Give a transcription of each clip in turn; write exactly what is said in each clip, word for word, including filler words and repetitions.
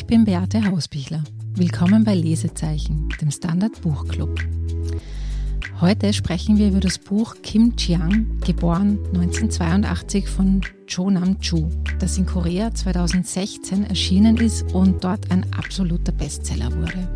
bin Beate Hausbichler. Willkommen bei Lesezeichen, dem Standard-Buchclub. Heute sprechen wir über das Buch Kim Chiang, geboren neunzehnhundertzweiundachtzig von Jo Nam-Chu, das in Korea zweitausendsechzehn erschienen ist und dort ein absoluter Bestseller wurde.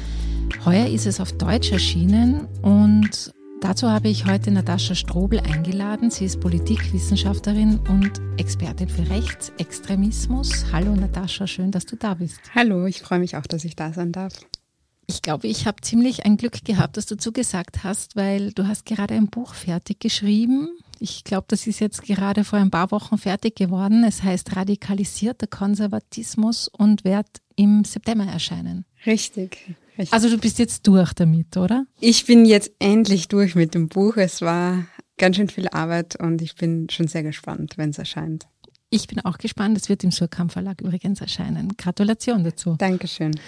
Heuer ist es auf Deutsch erschienen und dazu habe ich heute Natascha Strobl eingeladen. Sie ist Politikwissenschaftlerin und Expertin für Rechtsextremismus. Hallo Natascha, schön, dass du da bist. Hallo, ich freue mich auch, dass ich da sein darf. Ich glaube, ich habe ziemlich ein Glück gehabt, dass du zugesagt hast, weil du hast gerade ein Buch fertig geschrieben. Ich glaube, das ist jetzt gerade vor ein paar Wochen fertig geworden. Es heißt Radikalisierter Konservatismus und wird im September erscheinen. Richtig. Richtig. Also du bist jetzt durch damit, oder? Ich bin jetzt endlich durch mit dem Buch. Es war ganz schön viel Arbeit und ich bin schon sehr gespannt, wenn es erscheint. Ich bin auch gespannt. Es wird im Surkamp Verlag übrigens erscheinen. Gratulation dazu. Dankeschön.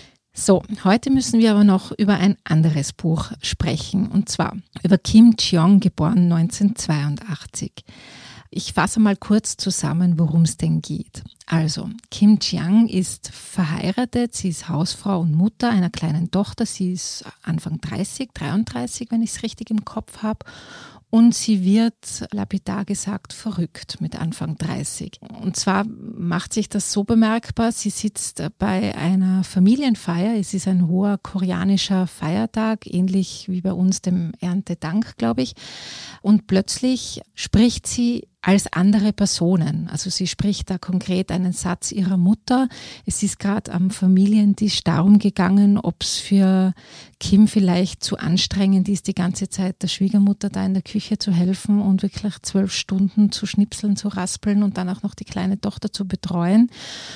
So, heute müssen wir aber noch über ein anderes Buch sprechen, und zwar über Kim Chiang, geboren neunzehnhundertzweiundachtzig. Ich fasse mal kurz zusammen, worum es denn geht. Also, Kim Chiang ist verheiratet, sie ist Hausfrau und Mutter einer kleinen Tochter, sie ist Anfang dreißig, dreiunddreißig, wenn ich es richtig im Kopf habe. Und sie wird, lapidar gesagt, verrückt mit Anfang dreißig. Und zwar macht sich das so bemerkbar, sie sitzt bei einer Familienfeier, es ist ein hoher koreanischer Feiertag, ähnlich wie bei uns dem Erntedank, glaube ich. Und plötzlich spricht sie als andere Personen. Also sie spricht da konkret einen Satz ihrer Mutter. Es ist gerade am Familientisch darum gegangen, ob es für Kim vielleicht zu anstrengend ist, die ganze Zeit der Schwiegermutter da in der Küche zu helfen und wirklich zwölf Stunden zu schnipseln, zu raspeln und dann auch noch die kleine Tochter zu betreuen.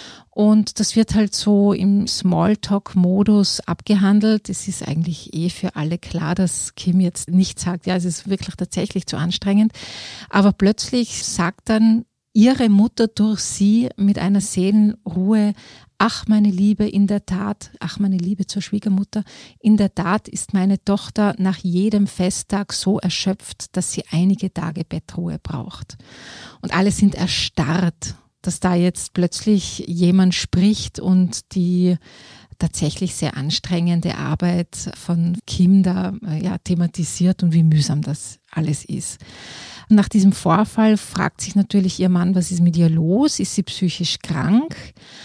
Und das wird halt so im Smalltalk-Modus abgehandelt. Es ist eigentlich eh für alle klar, dass Kim jetzt nicht sagt, ja, es ist wirklich tatsächlich zu anstrengend. Aber plötzlich sagt dann ihre Mutter durch sie mit einer Seelenruhe: Ach, meine Liebe, in der Tat, ach, meine Liebe zur Schwiegermutter, in der Tat ist meine Tochter nach jedem Festtag so erschöpft, dass sie einige Tage Bettruhe braucht. Und alle sind erstarrt, dass da jetzt plötzlich jemand spricht und die tatsächlich sehr anstrengende Arbeit von Kim da ja, thematisiert und wie mühsam das alles ist. Nach diesem Vorfall fragt sich natürlich ihr Mann, was ist mit ihr los? Ist sie psychisch krank?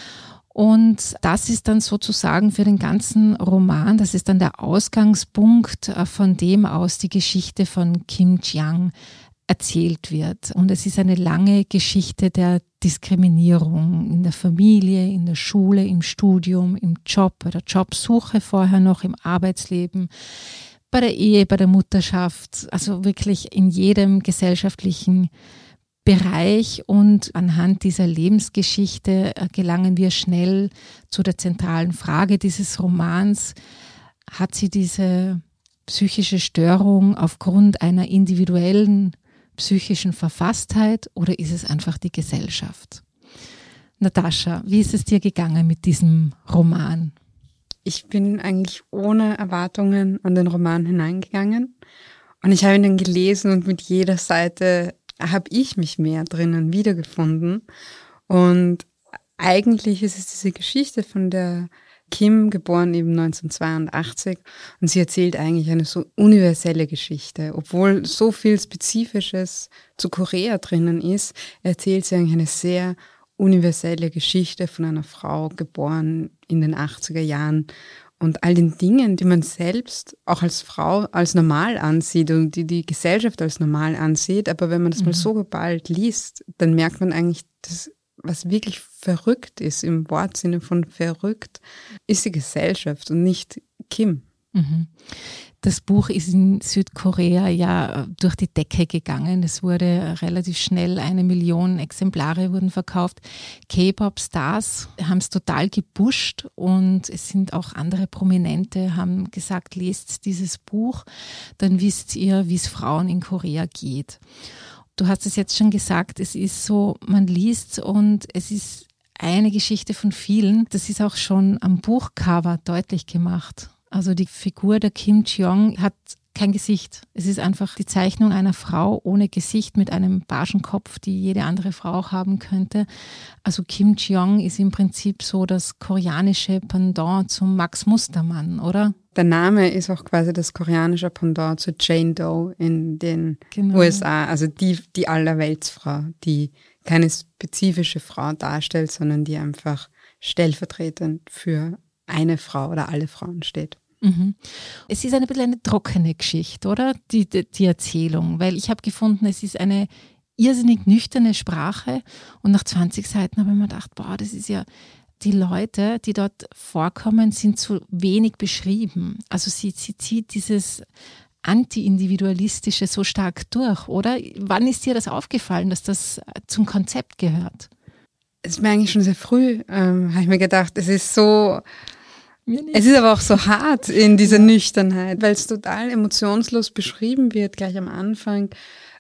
Und das ist dann sozusagen für den ganzen Roman, das ist dann der Ausgangspunkt, von dem aus die Geschichte von Kim Chiang erzählt wird. Und es ist eine lange Geschichte der Diskriminierung in der Familie, in der Schule, im Studium, im Job, bei der Jobsuche vorher noch, im Arbeitsleben, bei der Ehe, bei der Mutterschaft, also wirklich in jedem gesellschaftlichen Bereich. Und anhand dieser Lebensgeschichte gelangen wir schnell zu der zentralen Frage dieses Romans: Hat sie diese psychische Störung aufgrund einer individuellen psychischen Verfasstheit oder ist es einfach die Gesellschaft? Natascha, wie ist es dir gegangen mit diesem Roman? Ich bin eigentlich ohne Erwartungen an den Roman hineingegangen und ich habe ihn dann gelesen und mit jeder Seite habe ich mich mehr drinnen wiedergefunden. Und eigentlich ist es diese Geschichte von der Kim, geboren eben neunzehnhundertzweiundachtzig, und sie erzählt eigentlich eine so universelle Geschichte. Obwohl so viel Spezifisches zu Korea drinnen ist, erzählt sie eigentlich eine sehr universelle Geschichte von einer Frau, geboren in den achtziger Jahren, und all den Dingen, die man selbst auch als Frau als normal ansieht und die die Gesellschaft als normal ansieht. Aber wenn man das mhm. mal so geballt liest, dann merkt man eigentlich, dass was wirklich verrückt ist, im Wortsinne von verrückt, ist die Gesellschaft und nicht Kim. Das Buch ist in Südkorea ja durch die Decke gegangen. Es wurde relativ schnell, eine Million Exemplare wurden verkauft. K-Pop-Stars haben es total gepusht und es sind auch andere Prominente, haben gesagt, lest dieses Buch, dann wisst ihr, wie es Frauen in Korea geht. Du hast es jetzt schon gesagt, es ist so, man liest und es ist eine Geschichte von vielen. Das ist auch schon am Buchcover deutlich gemacht. Also die Figur der Kim Chiang hat kein Gesicht. Es ist einfach die Zeichnung einer Frau ohne Gesicht mit einem Barschenkopf, die jede andere Frau auch haben könnte. Also Kim Ji-young ist im Prinzip so das koreanische Pendant zum Max Mustermann, oder? Der Name ist auch quasi das koreanische Pendant zu Jane Doe in den Genau. U S A. Also die, die Allerweltsfrau, die keine spezifische Frau darstellt, sondern die einfach stellvertretend für eine Frau oder alle Frauen steht. Mhm. Es ist ein bisschen eine trockene Geschichte, oder? Die, die, die Erzählung, weil ich habe gefunden, es ist eine irrsinnig nüchterne Sprache und nach zwanzig Seiten habe ich mir gedacht, boah, das ist ja, die Leute, die dort vorkommen, sind zu wenig beschrieben. Also sie, sie zieht dieses Anti-Individualistische so stark durch, oder? Wann ist dir das aufgefallen, dass das zum Konzept gehört? Es ist mir eigentlich schon sehr früh, ähm, habe ich mir gedacht, es ist so... Es ist aber auch so hart in dieser ja. Nüchternheit, weil es total emotionslos beschrieben wird, gleich am Anfang,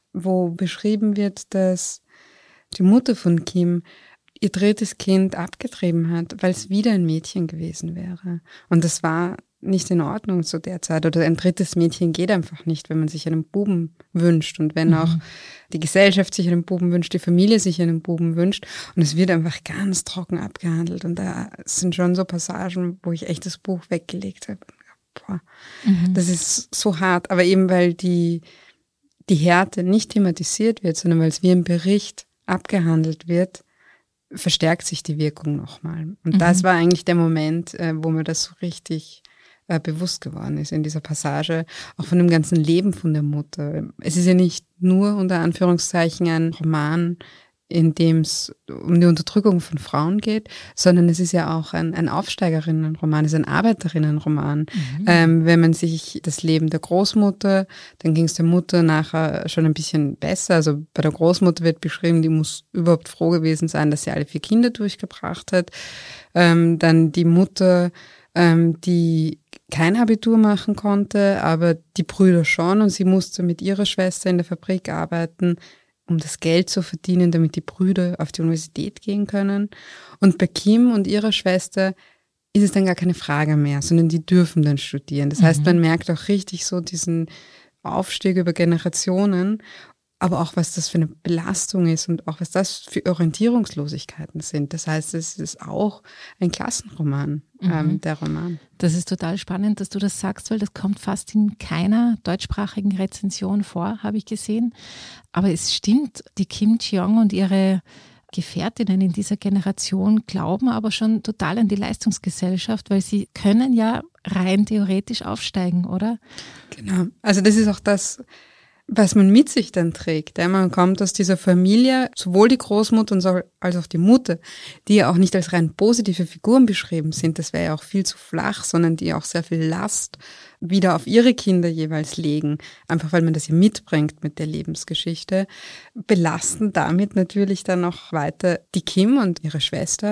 wo beschrieben wird, dass die Mutter von Kim ihr drittes Kind abgetrieben hat, weil es wieder ein Mädchen gewesen wäre. Und das war nicht in Ordnung zu der Zeit. Oder ein drittes Mädchen geht einfach nicht, wenn man sich einen Buben wünscht. Und wenn mhm. auch die Gesellschaft sich einen Buben wünscht, die Familie sich einen Buben wünscht. Und es wird einfach ganz trocken abgehandelt. Und da sind schon so Passagen, wo ich echt das Buch weggelegt habe. Boah, mhm. das ist so hart. Aber eben, weil die, die Härte nicht thematisiert wird, sondern weil es wie ein Bericht abgehandelt wird, verstärkt sich die Wirkung nochmal. Und mhm. das war eigentlich der Moment, wo mir das so richtig äh, bewusst geworden ist in dieser Passage, auch von dem ganzen Leben von der Mutter. Es ist ja nicht nur unter Anführungszeichen ein Roman, in dem es um die Unterdrückung von Frauen geht, sondern es ist ja auch ein, ein Aufsteigerinnenroman, es ist ein Arbeiterinnenroman. Mhm. Ähm, wenn man sich das Leben der Großmutter, dann ging es der Mutter nachher schon ein bisschen besser. Also bei der Großmutter wird beschrieben, die muss überhaupt froh gewesen sein, dass sie alle vier Kinder durchgebracht hat. Ähm, dann die Mutter, ähm, die kein Abitur machen konnte, aber die Brüder schon, und sie musste mit ihrer Schwester in der Fabrik arbeiten, um das Geld zu verdienen, damit die Brüder auf die Universität gehen können. Und bei Kim und ihrer Schwester ist es dann gar keine Frage mehr, sondern die dürfen dann studieren. Das mhm. heißt, man merkt auch richtig so diesen Aufstieg über Generationen, aber auch, was das für eine Belastung ist und auch, was das für Orientierungslosigkeiten sind. Das heißt, es ist auch ein Klassenroman, mhm. ähm, der Roman. Das ist total spannend, dass du das sagst, weil das kommt fast in keiner deutschsprachigen Rezension vor, habe ich gesehen. Aber es stimmt, die Kim Ji-young und ihre Gefährtinnen in dieser Generation glauben aber schon total an die Leistungsgesellschaft, weil sie können ja rein theoretisch aufsteigen, oder? Genau. Also das ist auch das, was man mit sich dann trägt. Ja, man kommt aus dieser Familie, sowohl die Großmutter und so, als auch die Mutter, die ja auch nicht als rein positive Figuren beschrieben sind, das wäre ja auch viel zu flach, sondern die auch sehr viel Last wieder auf ihre Kinder jeweils legen, einfach weil man das ja mitbringt mit der Lebensgeschichte, belasten damit natürlich dann auch weiter die Kim und ihre Schwester.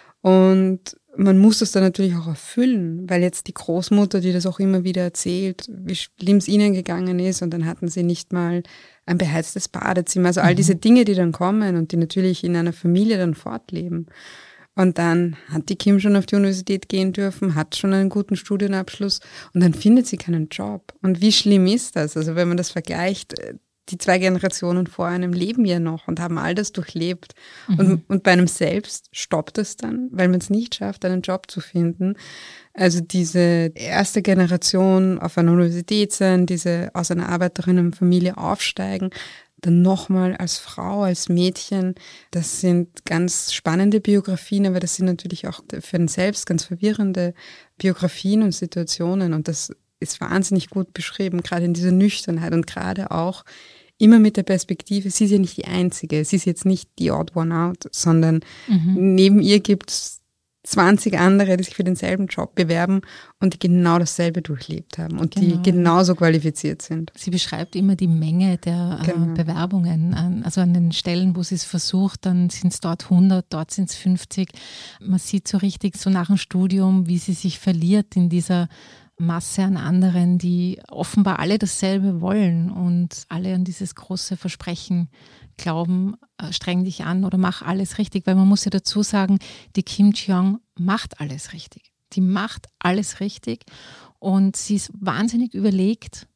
Und man muss das dann natürlich auch erfüllen, weil jetzt die Großmutter, die das auch immer wieder erzählt, wie schlimm es ihnen gegangen ist, und dann hatten sie nicht mal ein beheiztes Badezimmer. Also all diese Dinge, die dann kommen und die natürlich in einer Familie dann fortleben. Und dann hat die Kim schon auf die Universität gehen dürfen, hat schon einen guten Studienabschluss und dann findet sie keinen Job. Und wie schlimm ist das? Also wenn man das vergleicht, die zwei Generationen vor einem leben ja noch und haben all das durchlebt. Mhm. Und, und bei einem selbst stoppt es dann, weil man es nicht schafft, einen Job zu finden. Also diese erste Generation auf einer Universität sein, diese aus einer Arbeiterinnenfamilie aufsteigen, dann nochmal als Frau, als Mädchen, das sind ganz spannende Biografien, aber das sind natürlich auch für einen selbst ganz verwirrende Biografien und Situationen, und das ist wahnsinnig gut beschrieben, gerade in dieser Nüchternheit und gerade auch immer mit der Perspektive, sie ist ja nicht die Einzige, sie ist jetzt nicht die Odd One Out, sondern mhm. neben ihr gibt es zwanzig andere, die sich für denselben Job bewerben und die genau dasselbe durchlebt haben und genau. die genauso qualifiziert sind. Sie beschreibt immer die Menge der genau. äh, Bewerbungen. Also an den Stellen, wo sie es versucht, dann sind es dort hundert, dort sind es fünfzig. Man sieht so richtig so nach dem Studium, wie sie sich verliert in dieser Masse an anderen, die offenbar alle dasselbe wollen und alle an dieses große Versprechen glauben, äh, streng dich an oder mach alles richtig, weil man muss ja dazu sagen, die Kim Ji-young macht alles richtig. Die macht alles richtig und sie ist wahnsinnig überlegt.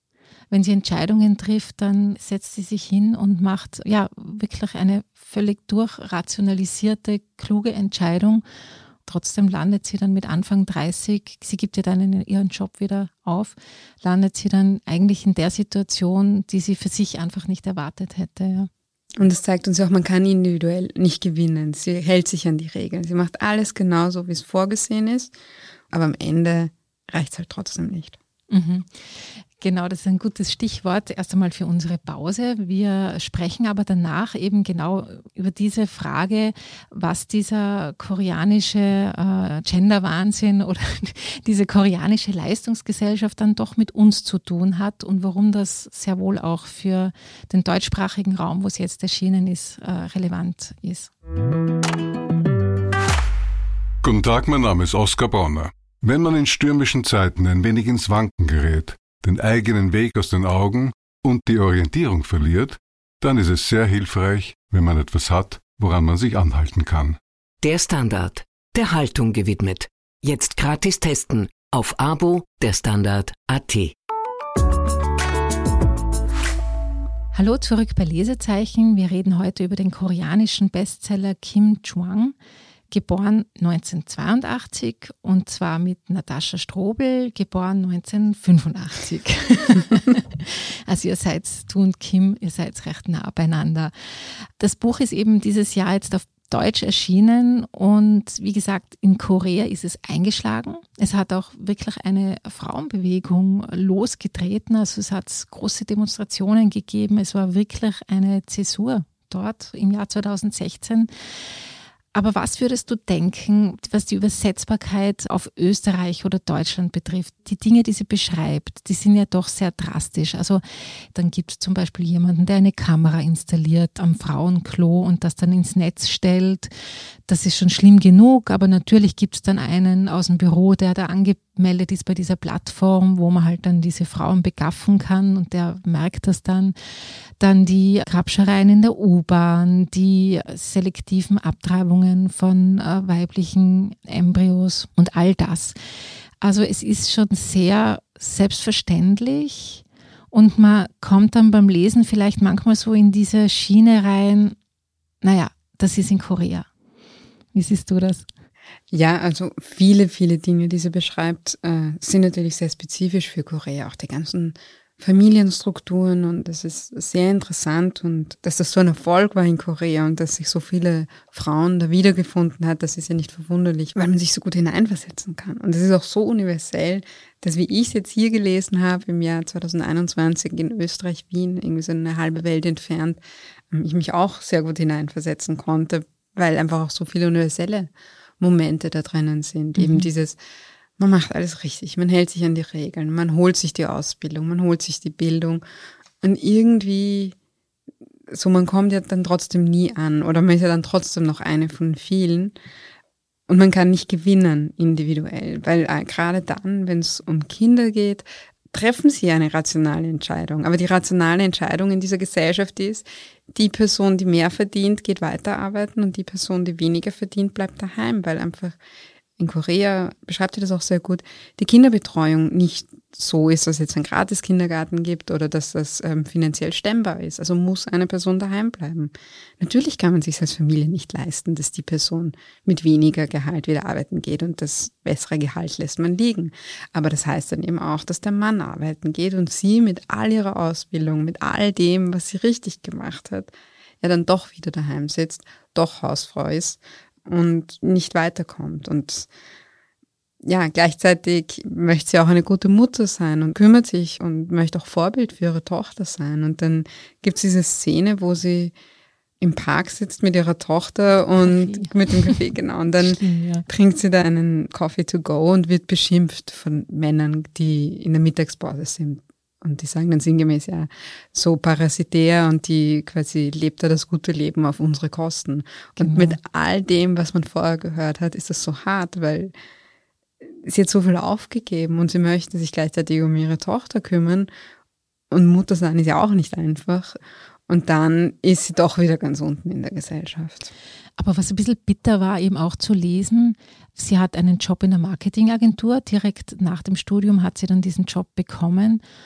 wenn sie Entscheidungen trifft, dann setzt sie sich hin und macht ja wirklich eine völlig durchrationalisierte, kluge Entscheidung. Trotzdem landet sie dann mit Anfang dreißig, sie gibt ja dann ihren Job wieder auf, landet sie dann eigentlich in der Situation, die sie für sich einfach nicht erwartet hätte. Ja. Und das zeigt uns auch, man kann individuell nicht gewinnen. Sie hält sich an die Regeln. Sie macht alles genauso, wie es vorgesehen ist, aber am Ende reicht es halt trotzdem nicht. Mhm. Genau, das ist ein gutes Stichwort erst einmal für unsere Pause. Wir sprechen aber danach eben genau über diese Frage, was dieser koreanische äh, Gender-Wahnsinn oder diese koreanische Leistungsgesellschaft dann doch mit uns zu tun hat und warum das sehr wohl auch für den deutschsprachigen Raum, wo es jetzt erschienen ist, äh, relevant ist. Guten Tag, mein Name ist Oskar Bronner. Wenn man in stürmischen Zeiten ein wenig ins Wanken gerät, den eigenen Weg aus den Augen und die Orientierung verliert, dann ist es sehr hilfreich, wenn man etwas hat, woran man sich anhalten kann. Der Standard, der Haltung gewidmet. Jetzt gratis testen auf Abo der Standard punkt at. Hallo zurück bei Lesezeichen. Wir reden heute über den koreanischen Bestseller Kim Chuang. Geboren neunzehnhundertzweiundachtzig und zwar mit Natascha Strobel, geboren neunzehnhundertfünfundachtzig. Also ihr seid, du und Kim, ihr seid recht nah beieinander. Das Buch ist eben dieses Jahr jetzt auf Deutsch erschienen und wie gesagt, in Korea ist es eingeschlagen. Es hat auch wirklich eine Frauenbewegung losgetreten, also es hat große Demonstrationen gegeben. Es war wirklich eine Zäsur dort im Jahr zweitausendsechzehn. Aber was würdest du denken, was die Übersetzbarkeit auf Österreich oder Deutschland betrifft? Die Dinge, die sie beschreibt, die sind ja doch sehr drastisch. Also dann gibt es zum Beispiel jemanden, der eine Kamera installiert am Frauenklo und das dann ins Netz stellt. Das ist schon schlimm genug, aber natürlich gibt es dann einen aus dem Büro, der da angemeldet ist bei dieser Plattform, wo man halt dann diese Frauen begaffen kann und der merkt das dann. Dann die Grabschereien in der U-Bahn, die selektiven Abtreibungen von äh, weiblichen Embryos und all das. Also es ist schon sehr selbstverständlich und man kommt dann beim Lesen vielleicht manchmal so in diese Schiene rein, naja, das ist in Korea. Wie siehst du das? Ja, also viele, viele Dinge, die sie beschreibt, äh, sind natürlich sehr spezifisch für Korea. Auch die ganzen Familienstrukturen und das ist sehr interessant und dass das so ein Erfolg war in Korea und dass sich so viele Frauen da wiedergefunden hat, das ist ja nicht verwunderlich, weil man sich so gut hineinversetzen kann. Und es ist auch so universell, dass wie ich es jetzt hier gelesen habe im Jahr zweitausendeinundzwanzig in Österreich, Wien, irgendwie so eine halbe Welt entfernt, ich mich auch sehr gut hineinversetzen konnte, weil einfach auch so viele universelle Momente da drinnen sind. Mhm. Eben dieses, man macht alles richtig, man hält sich an die Regeln, man holt sich die Ausbildung, man holt sich die Bildung und irgendwie, so man kommt ja dann trotzdem nie an oder man ist ja dann trotzdem noch eine von vielen und man kann nicht gewinnen individuell, weil äh, gerade dann, wenn es um Kinder geht, treffen sie eine rationale Entscheidung. Aber die rationale Entscheidung in dieser Gesellschaft ist, die Person, die mehr verdient, geht weiterarbeiten und die Person, die weniger verdient, bleibt daheim, weil einfach in Korea, beschreibt ihr das auch sehr gut, die Kinderbetreuung nicht so ist, dass es jetzt einen Gratis-Kindergarten gibt oder dass das ähm, finanziell stemmbar ist. Also muss eine Person daheim bleiben. Natürlich kann man sich als Familie nicht leisten, dass die Person mit weniger Gehalt wieder arbeiten geht und das bessere Gehalt lässt man liegen. Aber das heißt dann eben auch, dass der Mann arbeiten geht und sie mit all ihrer Ausbildung, mit all dem, was sie richtig gemacht hat, ja dann doch wieder daheim sitzt, doch Hausfrau ist und nicht weiterkommt. Und ja, gleichzeitig möchte sie auch eine gute Mutter sein und kümmert sich und möchte auch Vorbild für ihre Tochter sein. Und dann gibt es diese Szene, wo sie im Park sitzt mit ihrer Tochter und Kaffee. mit dem Kaffee, genau. Und dann Stimmt, ja. trinkt sie da einen Coffee to go und wird beschimpft von Männern, die in der Mittagspause sind. Und die sagen dann sinngemäß, ja, so parasitär und die quasi lebt da das gute Leben auf unsere Kosten. Und genau. mit all dem, was man vorher gehört hat, ist das so hart, weil sie hat so viel aufgegeben und sie möchte sich gleichzeitig um ihre Tochter kümmern. Und Mutter sein ist ja auch nicht einfach. Und dann ist sie doch wieder ganz unten in der Gesellschaft. Aber was ein bisschen bitter war, eben auch zu lesen, sie hat einen Job in der Marketingagentur. Direkt nach dem Studium hat sie dann diesen Job bekommen.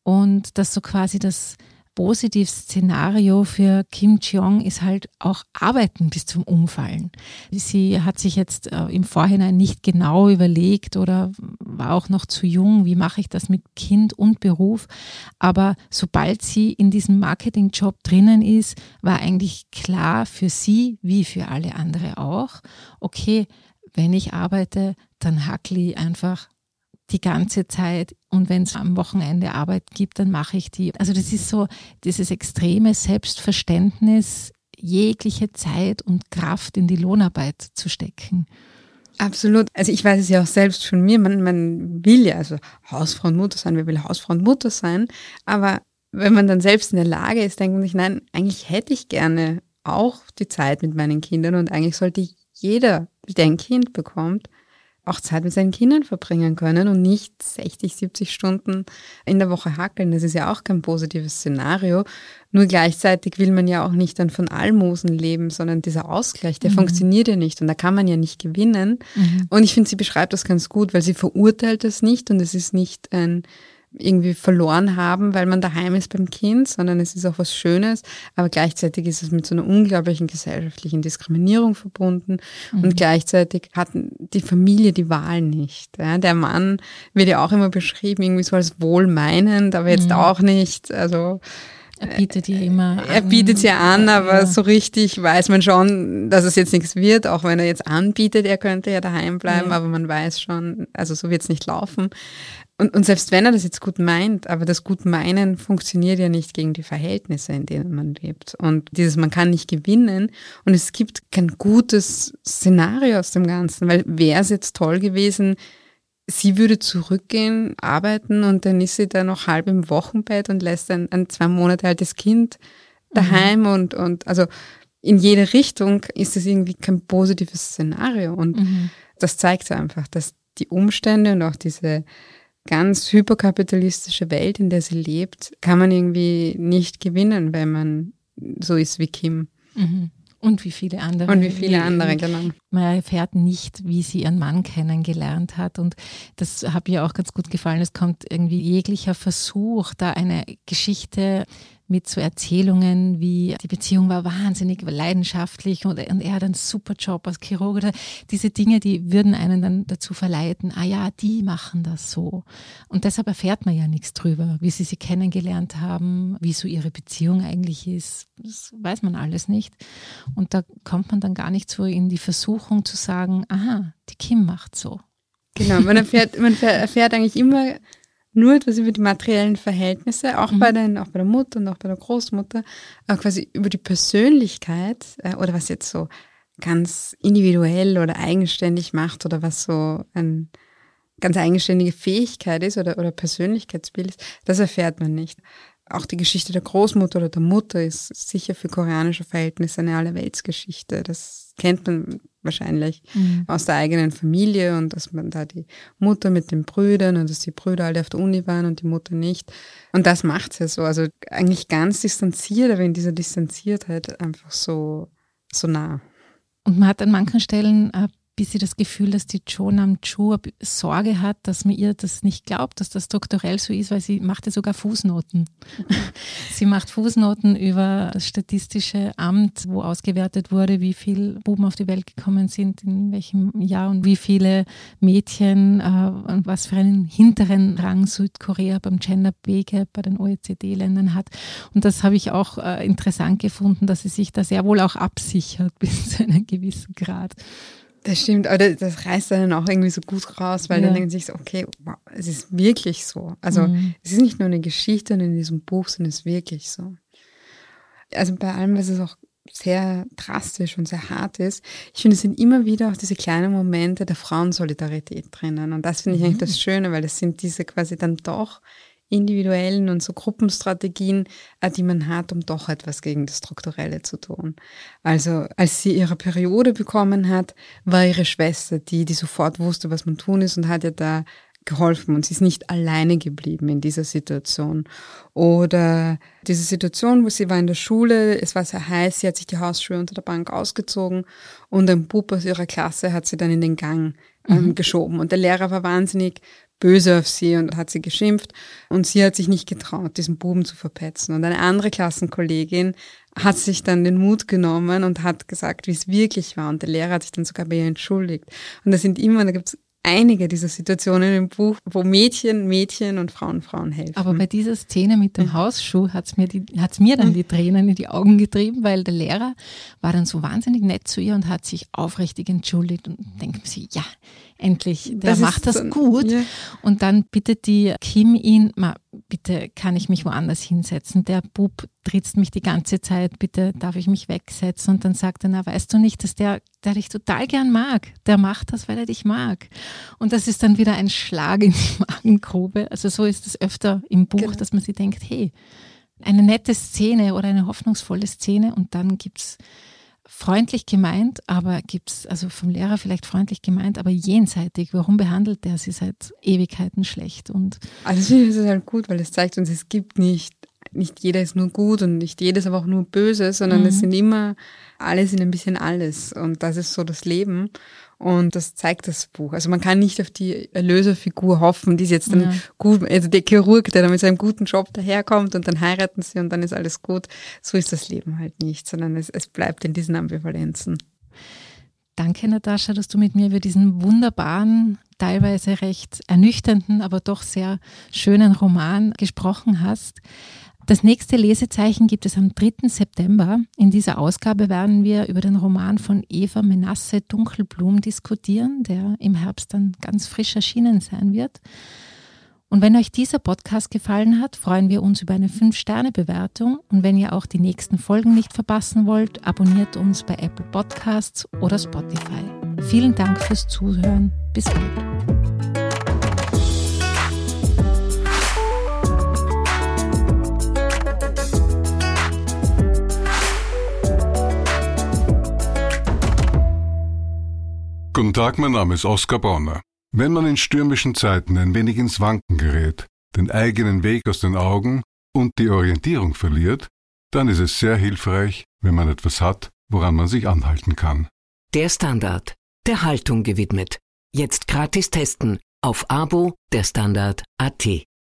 Und dass so quasi das Positivszenario für Kim Ji-young ist halt auch Arbeiten bis zum Umfallen. Sie hat sich jetzt äh, im Vorhinein nicht genau überlegt oder war auch noch zu jung, wie mache ich das mit Kind und Beruf. Aber sobald sie in diesem Marketingjob drinnen ist, war eigentlich klar für sie, wie für alle andere auch, okay, wenn ich arbeite, dann hackle ich einfach die ganze Zeit und wenn es am Wochenende Arbeit gibt, dann mache ich die. Also das ist so dieses extreme Selbstverständnis, jegliche Zeit und Kraft in die Lohnarbeit zu stecken. Absolut. Also ich weiß es ja auch selbst von mir, man, man will ja also Hausfrau und Mutter sein, wer will Hausfrau und Mutter sein, aber wenn man dann selbst in der Lage ist, denkt man sich, nein, eigentlich hätte ich gerne auch die Zeit mit meinen Kindern und eigentlich sollte jeder, der ein Kind bekommt, auch Zeit mit seinen Kindern verbringen können und nicht sechzig, siebzig Stunden in der Woche hackeln. Das ist ja auch kein positives Szenario. Nur gleichzeitig will man ja auch nicht dann von Almosen leben, sondern dieser Ausgleich, der mhm. funktioniert ja nicht und da kann man ja nicht gewinnen. Mhm. Und ich finde, sie beschreibt das ganz gut, weil sie verurteilt das nicht und es ist nicht ein irgendwie verloren haben, weil man daheim ist beim Kind, sondern es ist auch was Schönes, aber gleichzeitig ist es mit so einer unglaublichen gesellschaftlichen Diskriminierung verbunden mhm. und gleichzeitig hat die Familie die Wahl nicht. Ja, der Mann wird ja auch immer beschrieben, irgendwie so als wohlmeinend, aber jetzt mhm. auch nicht, also er bietet ja immer an. Er bietet ja an, aber ja. so richtig weiß man schon, dass es jetzt nichts wird, auch wenn er jetzt anbietet, er könnte ja daheim bleiben, ja. aber man weiß schon, also so wird es nicht laufen. Und, und selbst wenn er das jetzt gut meint, aber das Gutmeinen funktioniert ja nicht gegen die Verhältnisse, in denen man lebt. Und dieses, man kann nicht gewinnen und es gibt kein gutes Szenario aus dem Ganzen, weil wäre es jetzt toll gewesen, sie würde zurückgehen, arbeiten und dann ist sie da noch halb im Wochenbett und lässt ein, ein zwei Monate altes Kind daheim mhm. und, und also in jede Richtung ist es irgendwie kein positives Szenario. Und mhm. das zeigt einfach, dass die Umstände und auch diese ganz hyperkapitalistische Welt, in der sie lebt, kann man irgendwie nicht gewinnen, wenn man so ist wie Kim. Mhm. Und wie viele andere. Und wie viele andere, genau. Man erfährt nicht, wie sie ihren Mann kennengelernt hat. Und das hat mir auch ganz gut gefallen. Es kommt irgendwie jeglicher Versuch, da eine Geschichte mit so Erzählungen wie die Beziehung war wahnsinnig leidenschaftlich und, und er hat einen super Job als Chirurg. Oder diese Dinge, die würden einen dann dazu verleiten, ah ja, die machen das so. Und deshalb erfährt man ja nichts drüber, wie sie sie kennengelernt haben, wie so ihre Beziehung eigentlich ist. Das weiß man alles nicht. Und da kommt man dann gar nicht so in die Versuchung zu sagen, aha, die Kim macht so. Genau, man erfährt, man erfährt eigentlich immer nur etwas über die materiellen Verhältnisse, auch mhm. bei den, auch bei der Mutter und auch bei der Großmutter, aber quasi über die Persönlichkeit äh, oder was jetzt so ganz individuell oder eigenständig macht oder was so eine ganz eigenständige Fähigkeit ist oder, oder Persönlichkeitsbild ist, das erfährt man nicht. Auch die Geschichte der Großmutter oder der Mutter ist sicher für koreanische Verhältnisse eine Allerweltsgeschichte. Das kennt man wahrscheinlich mhm. aus der eigenen Familie und dass man da die Mutter mit den Brüdern und dass die Brüder alle auf der Uni waren und die Mutter nicht. Und das macht es ja so. Also eigentlich ganz distanziert, aber in dieser Distanziertheit einfach so, so nah. Und man hat an manchen Stellen ein bisschen das Gefühl, dass die Jo Nam-Chu Sorge hat, dass man ihr das nicht glaubt, dass das strukturell so ist, weil sie macht ja sogar Fußnoten. Sie macht Fußnoten über das Statistische Amt, wo ausgewertet wurde, wie viele Buben auf die Welt gekommen sind, in welchem Jahr und wie viele Mädchen äh, und was für einen hinteren Rang Südkorea beim Gender Pay Gap bei den O E C D-Ländern hat. Und das habe ich auch äh, interessant gefunden, dass sie sich da sehr wohl auch absichert bis zu einem gewissen Grad. Das stimmt, aber das reißt einen auch irgendwie so gut raus, weil ja. dann denken sie sich so, okay, wow, es ist wirklich so. Also mhm. es ist nicht nur eine Geschichte in diesem Buch, sondern es ist wirklich so. Also bei allem, was es auch sehr drastisch und sehr hart ist, ich finde, es sind immer wieder auch diese kleinen Momente der Frauensolidarität drinnen. Und das finde ich mhm. eigentlich das Schöne, weil es sind diese quasi dann doch individuellen und so Gruppenstrategien, die man hat, um doch etwas gegen das Strukturelle zu tun. Also als sie ihre Periode bekommen hat, war ihre Schwester die, die sofort wusste, was man tun ist und hat ihr da geholfen und sie ist nicht alleine geblieben in dieser Situation. Oder diese Situation, wo sie war in der Schule, es war sehr heiß, sie hat sich die Hausschuhe unter der Bank ausgezogen und ein Bub aus ihrer Klasse hat sie dann in den Gang ähm, mhm. geschoben und der Lehrer war wahnsinnig böse auf sie und hat sie geschimpft. Und sie hat sich nicht getraut, diesen Buben zu verpetzen. Und eine andere Klassenkollegin hat sich dann den Mut genommen und hat gesagt, wie es wirklich war. Und der Lehrer hat sich dann sogar bei ihr entschuldigt. Und das sind immer, da gibt es einige dieser Situationen im Buch, wo Mädchen, Mädchen und Frauen, Frauen helfen. Aber bei dieser Szene mit dem Hausschuh hat es mir, die, hat's mir dann die Tränen in die Augen getrieben, weil der Lehrer war dann so wahnsinnig nett zu ihr und hat sich aufrichtig entschuldigt und denkt sie, ja, endlich, der das macht das so, gut. Ja. Und dann bittet die Kim ihn, ma, bitte kann ich mich woanders hinsetzen? Der Bub trittst mich die ganze Zeit, bitte darf ich mich wegsetzen? Und dann sagt er, na, weißt du nicht, dass der, der dich total gern mag. Der macht das, weil er dich mag. Und das ist dann wieder ein Schlag in die Magengrube. Also so ist es öfter im Buch, genau. Dass man sich denkt, hey, eine nette Szene oder eine hoffnungsvolle Szene und dann gibt's freundlich gemeint, aber gibt's, also vom Lehrer vielleicht freundlich gemeint, aber jenseitig, warum behandelt der sie seit Ewigkeiten schlecht? Und also ich finde es halt gut, weil es zeigt uns, es gibt nicht, nicht jeder ist nur gut und nicht jeder ist aber auch nur böse, sondern mhm. es sind immer, alle sind ein bisschen alles und das ist so das Leben und das zeigt das Buch. Also man kann nicht auf die Erlöserfigur hoffen, die ist jetzt dann ja. gut, also der Chirurg, der dann mit seinem guten Job daherkommt und dann heiraten sie und dann ist alles gut. So ist das Leben halt nicht, sondern es, es bleibt in diesen Ambivalenzen. Danke, Natascha, dass du mit mir über diesen wunderbaren, teilweise recht ernüchternden, aber doch sehr schönen Roman gesprochen hast. Das nächste Lesezeichen gibt es am dritten September. In dieser Ausgabe werden wir über den Roman von Eva Menasse Dunkelblum diskutieren, der im Herbst dann ganz frisch erschienen sein wird. Und wenn euch dieser Podcast gefallen hat, freuen wir uns über eine fünf Sterne Bewertung. Und wenn ihr auch die nächsten Folgen nicht verpassen wollt, abonniert uns bei Apple Podcasts oder Spotify. Vielen Dank fürs Zuhören. Bis bald. Guten Tag, mein Name ist Oskar Bonner. Wenn man in stürmischen Zeiten ein wenig ins Wanken gerät, den eigenen Weg aus den Augen und die Orientierung verliert, dann ist es sehr hilfreich, wenn man etwas hat, woran man sich anhalten kann. Der Standard, der Haltung gewidmet. Jetzt gratis testen auf Abo der Standard punkt at.